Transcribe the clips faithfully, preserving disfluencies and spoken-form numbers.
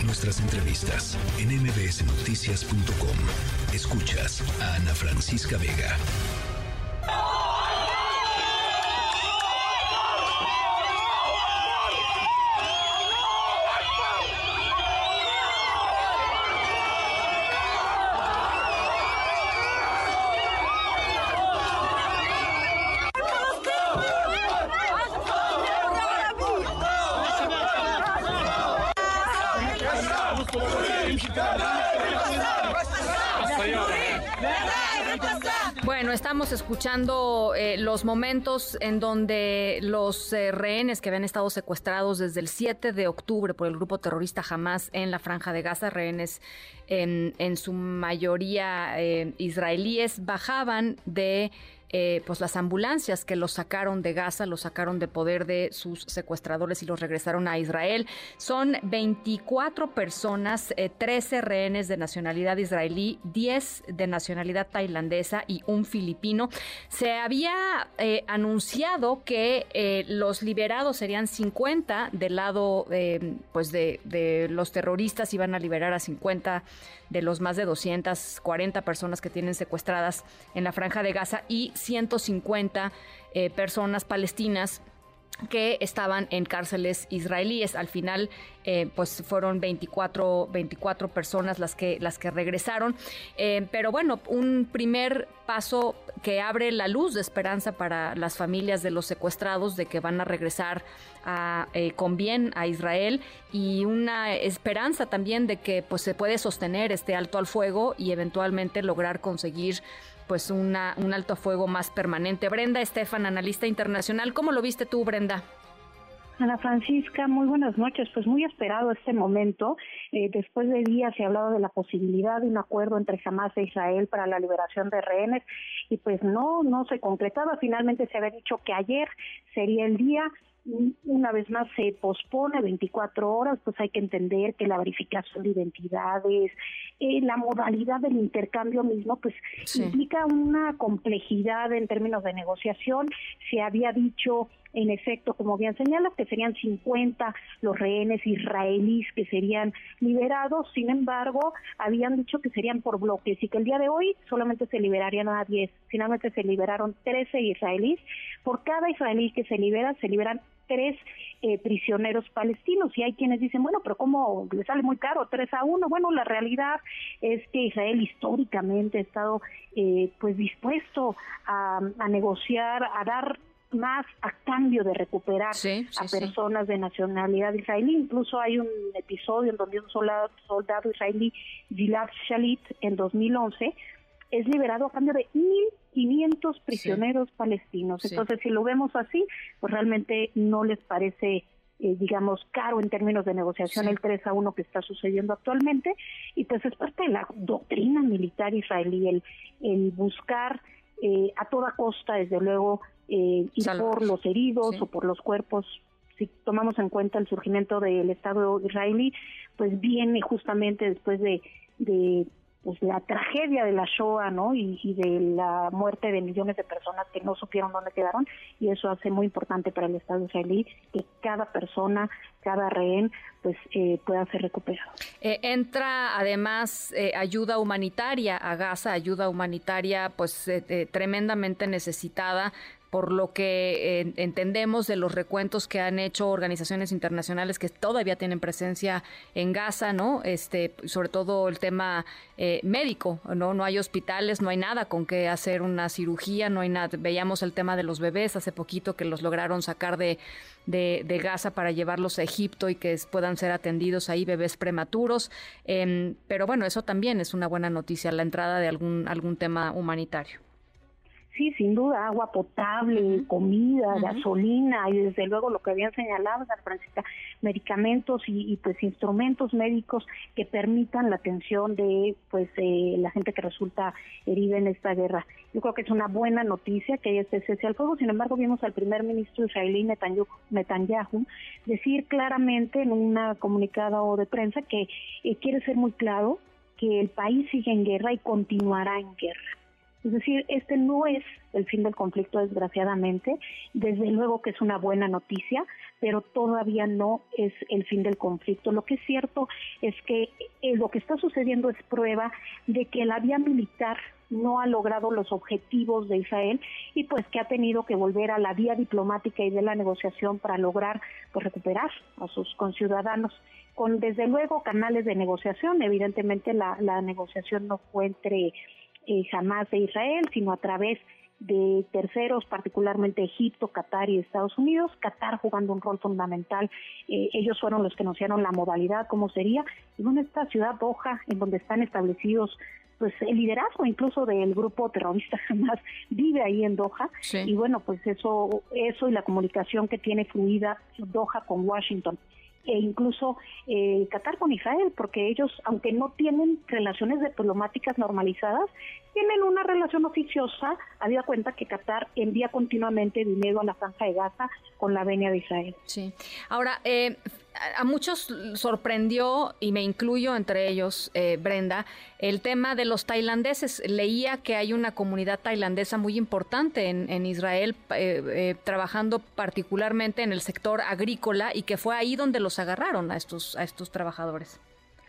nuestras entrevistas en eme be ese noticias punto com. Escuchas a Ana Francisca Vega. Bueno, estamos escuchando eh, los momentos en donde los eh, rehenes que habían estado secuestrados desde el siete de octubre por el grupo terrorista Hamás en la Franja de Gaza, rehenes en, en su mayoría eh, israelíes, bajaban de Eh, pues las ambulancias que los sacaron de Gaza, los sacaron de poder de sus secuestradores y los regresaron a Israel. Son veinticuatro personas, eh, trece rehenes de nacionalidad israelí, diez de nacionalidad tailandesa y un filipino. Se había eh, anunciado que eh, los liberados serían cincuenta del lado eh, pues de, de los terroristas, iban a liberar a cincuenta de los más de doscientas cuarenta personas que tienen secuestradas en la Franja de Gaza y ciento cincuenta eh, personas palestinas que estaban en cárceles israelíes. Al final, eh, pues fueron veinticuatro, veinticuatro personas las que las que regresaron. Eh, pero bueno, un primer paso que abre la luz de esperanza para las familias de los secuestrados de que van a regresar a, eh, con bien a Israel, y una esperanza también de que pues se puede sostener este alto al fuego y eventualmente lograr conseguir pues una, un alto a fuego más permanente. Brenda Estefan, analista internacional, ¿cómo lo viste tú, Brenda? Ana Francisca, muy buenas noches. Pues muy esperado este momento. Eh, después de días se ha hablado de la posibilidad de un acuerdo entre Hamás e Israel para la liberación de rehenes y pues no, no se concretaba. Finalmente se había dicho que ayer sería el día. Una vez más se pospone veinticuatro horas, pues hay que entender que la verificación de identidades, eh, la modalidad del intercambio mismo, pues sí, implica una complejidad en términos de negociación. Se había dicho, en efecto, como bien señalas, que serían cincuenta los rehenes israelíes que serían liberados. Sin embargo, habían dicho que serían por bloques y que el día de hoy solamente se liberarían a diez. Finalmente se liberaron trece israelíes. Por cada israelí que se libera, se liberan tres eh, prisioneros palestinos, y hay quienes dicen, bueno, pero ¿cómo le sale muy caro, tres a uno? Bueno, la realidad es que Israel históricamente ha estado eh, pues dispuesto a, a negociar, a dar más a cambio de recuperar sí, sí, a personas sí. de nacionalidad israelí. Incluso hay un episodio en donde un soldado, soldado israelí, Gilad Shalit, en dos mil once, es liberado a cambio de mil quinientos prisioneros sí. palestinos. Entonces, sí. si lo vemos así, pues realmente no les parece, eh, digamos, caro en términos de negociación sí. el tres a uno que está sucediendo actualmente, y pues es parte de la doctrina militar israelí, el, el buscar eh, a toda costa, desde luego, eh, ir Salvos. por los heridos sí. o por los cuerpos. Si tomamos en cuenta el surgimiento del Estado israelí, pues viene justamente después de... de pues la tragedia de la Shoah, ¿no? Y, y de la muerte de millones de personas que no supieron dónde quedaron, y eso hace muy importante para el Estado israelí que cada persona, cada rehén, pues eh, pueda ser recuperado. Eh, entra además eh, ayuda humanitaria a Gaza, ayuda humanitaria pues eh, eh, tremendamente necesitada, por lo que eh, entendemos de los recuentos que han hecho organizaciones internacionales que todavía tienen presencia en Gaza, ¿no? Este, sobre todo el tema eh, médico, ¿no? No hay hospitales, no hay nada con que hacer una cirugía, no hay nada. Veíamos el tema de los bebés hace poquito que los lograron sacar de, de, de Gaza para llevarlos a Egipto y que puedan ser atendidos ahí, bebés prematuros. Eh, pero bueno, eso también es una buena noticia, la entrada de algún, algún tema humanitario. Sí, sin duda, agua potable, uh-huh. comida, uh-huh. gasolina, y desde luego lo que habían señalado, San Francisco, medicamentos y, y pues instrumentos médicos que permitan la atención de pues eh, la gente que resulta herida en esta guerra. Yo creo que es una buena noticia que haya este cese al fuego. Sin embargo, vimos al primer ministro israelí Netanyahu, Netanyahu decir claramente en una comunicado de prensa que eh, quiere ser muy claro que el país sigue en guerra y continuará en guerra. Es decir, este no es el fin del conflicto, desgraciadamente. Desde luego que es una buena noticia, pero todavía no es el fin del conflicto. Lo que es cierto es que eh, lo que está sucediendo es prueba de que la vía militar no ha logrado los objetivos de Israel y pues que ha tenido que volver a la vía diplomática y de la negociación para lograr pues recuperar a sus conciudadanos, con desde luego canales de negociación. Evidentemente la, la negociación no fue entre eh, Hamás e Israel, sino a través de terceros, particularmente Egipto, Qatar y Estados Unidos. Qatar jugando un rol fundamental. Eh, ellos fueron los que anunciaron la modalidad, cómo sería. Y bueno, esta ciudad Doha, en donde están establecidos pues el liderazgo incluso del grupo terrorista Hamás, vive ahí en Doha. Sí. Y bueno, pues eso, eso y la comunicación que tiene fluida Doha con Washington, e incluso eh, Qatar con Israel, porque ellos, aunque no tienen relaciones diplomáticas normalizadas, tienen una relación oficiosa, habida cuenta que Qatar envía continuamente dinero a la Franja de Gaza con la venia de Israel. Sí. Ahora, eh, a muchos sorprendió, y me incluyo entre ellos, eh, Brenda, el tema de los tailandeses. Leía que hay una comunidad tailandesa muy importante en, en Israel, eh, eh, trabajando particularmente en el sector agrícola, y que fue ahí donde los agarraron a estos, a estos trabajadores.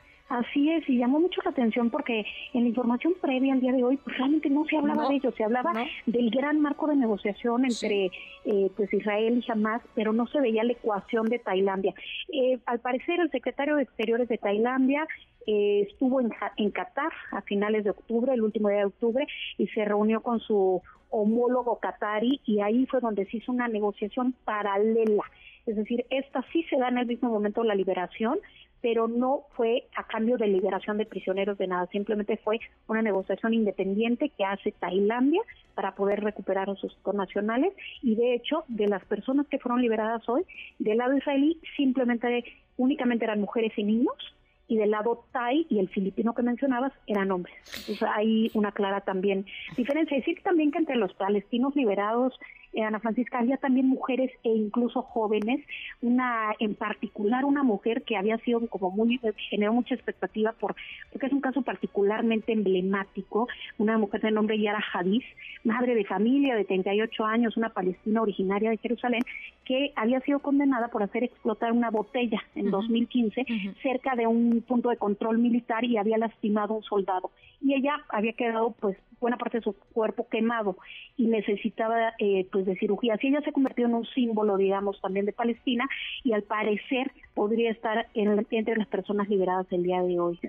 Así es, y llamó mucho la atención porque en la información previa al día de hoy pues realmente no se hablaba no, de ello, se hablaba no. del gran marco de negociación entre sí. eh, pues Israel y Hamás, pero no se veía la ecuación de Tailandia. Eh, al parecer el secretario de Exteriores de Tailandia eh, estuvo en, en Qatar a finales de octubre, el último día de octubre, y se reunió con su homólogo qatarí, y ahí fue donde se hizo una negociación paralela. Es decir, esta sí se da en el mismo momento la liberación, pero no fue a cambio de liberación de prisioneros de nada, simplemente fue una negociación independiente que hace Tailandia para poder recuperar a sus connacionales, y de hecho, de las personas que fueron liberadas hoy, del lado israelí simplemente únicamente eran mujeres y niños, y del lado thai y el filipino que mencionabas eran hombres. Entonces hay una clara también diferencia. Decir también que entre los palestinos liberados, eh, Ana Francisca, había también mujeres e incluso jóvenes, una en particular una mujer que había sido como muy, generó mucha expectativa por, porque es un caso particularmente emblemático, una mujer de nombre Yara Hadid, madre de familia de treinta y ocho años, una palestina originaria de Jerusalén, que había sido condenada por hacer explotar una botella en uh-huh. dos mil quince uh-huh. cerca de un punto de control militar, y había lastimado a un soldado, y ella había quedado pues buena parte de su cuerpo quemado y necesitaba eh, pues de cirugía. Así ella se convirtió en un símbolo, digamos, también de Palestina, y al parecer podría estar en, entre las personas liberadas el día de hoy.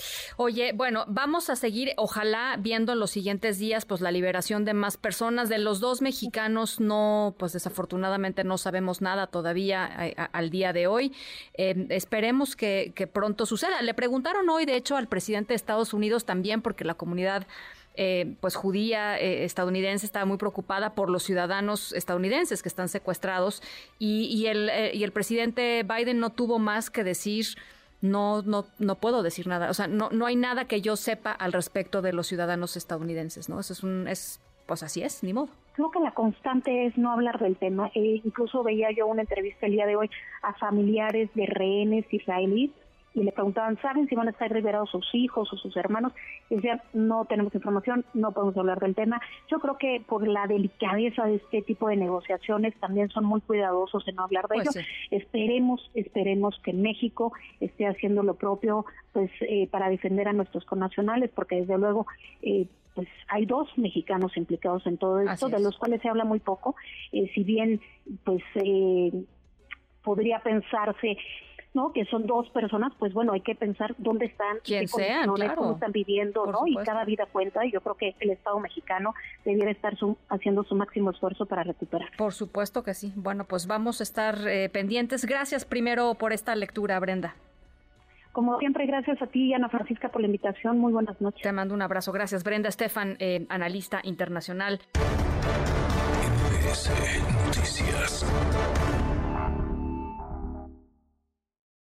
Oye, bueno, vamos a seguir, ojalá, viendo en los siguientes días pues la liberación de más personas. De los dos mexicanos no, pues desafortunadamente no sabemos nada todavía a, a, al día de hoy. Eh, esperemos que, que pronto suceda. Le preguntaron hoy, de hecho, al presidente de Estados Unidos también, porque la comunidad Eh, pues judía eh, estadounidense estaba muy preocupada por los ciudadanos estadounidenses que están secuestrados, y, y el eh, y el presidente Biden no tuvo más que decir: no no no puedo decir nada, o sea, no no hay nada que yo sepa al respecto de los ciudadanos estadounidenses, ¿no? Eso es un es pues así es, ni modo. Creo que la constante es no hablar del tema. Eh, incluso veía yo una entrevista el día de hoy a familiares de rehenes israelíes, y le preguntaban, ¿saben si van a estar liberados sus hijos o sus hermanos? Y decían, no tenemos información, no podemos hablar del tema. Yo creo que por la delicadeza de este tipo de negociaciones también son muy cuidadosos en no hablar de pues ello. Sí. Esperemos, esperemos que México esté haciendo lo propio pues eh, para defender a nuestros connacionales, porque desde luego eh, pues hay dos mexicanos implicados en todo esto, de los cuales se habla muy poco. Eh, si bien pues eh, podría pensarse, ¿no?, que son dos personas, pues bueno, hay que pensar dónde están, qué sean, claro, cómo están viviendo, ¿no? Supuesto. Y cada vida cuenta, y yo creo que el Estado mexicano debiera estar su, haciendo su máximo esfuerzo para recuperar. Por supuesto que sí. Bueno, pues vamos a estar eh, pendientes. Gracias primero por esta lectura, Brenda. Como siempre, gracias a ti, Ana Francisca, por la invitación. Muy buenas noches. Te mando un abrazo. Gracias, Brenda Estefan, eh, analista internacional. M B S Noticias.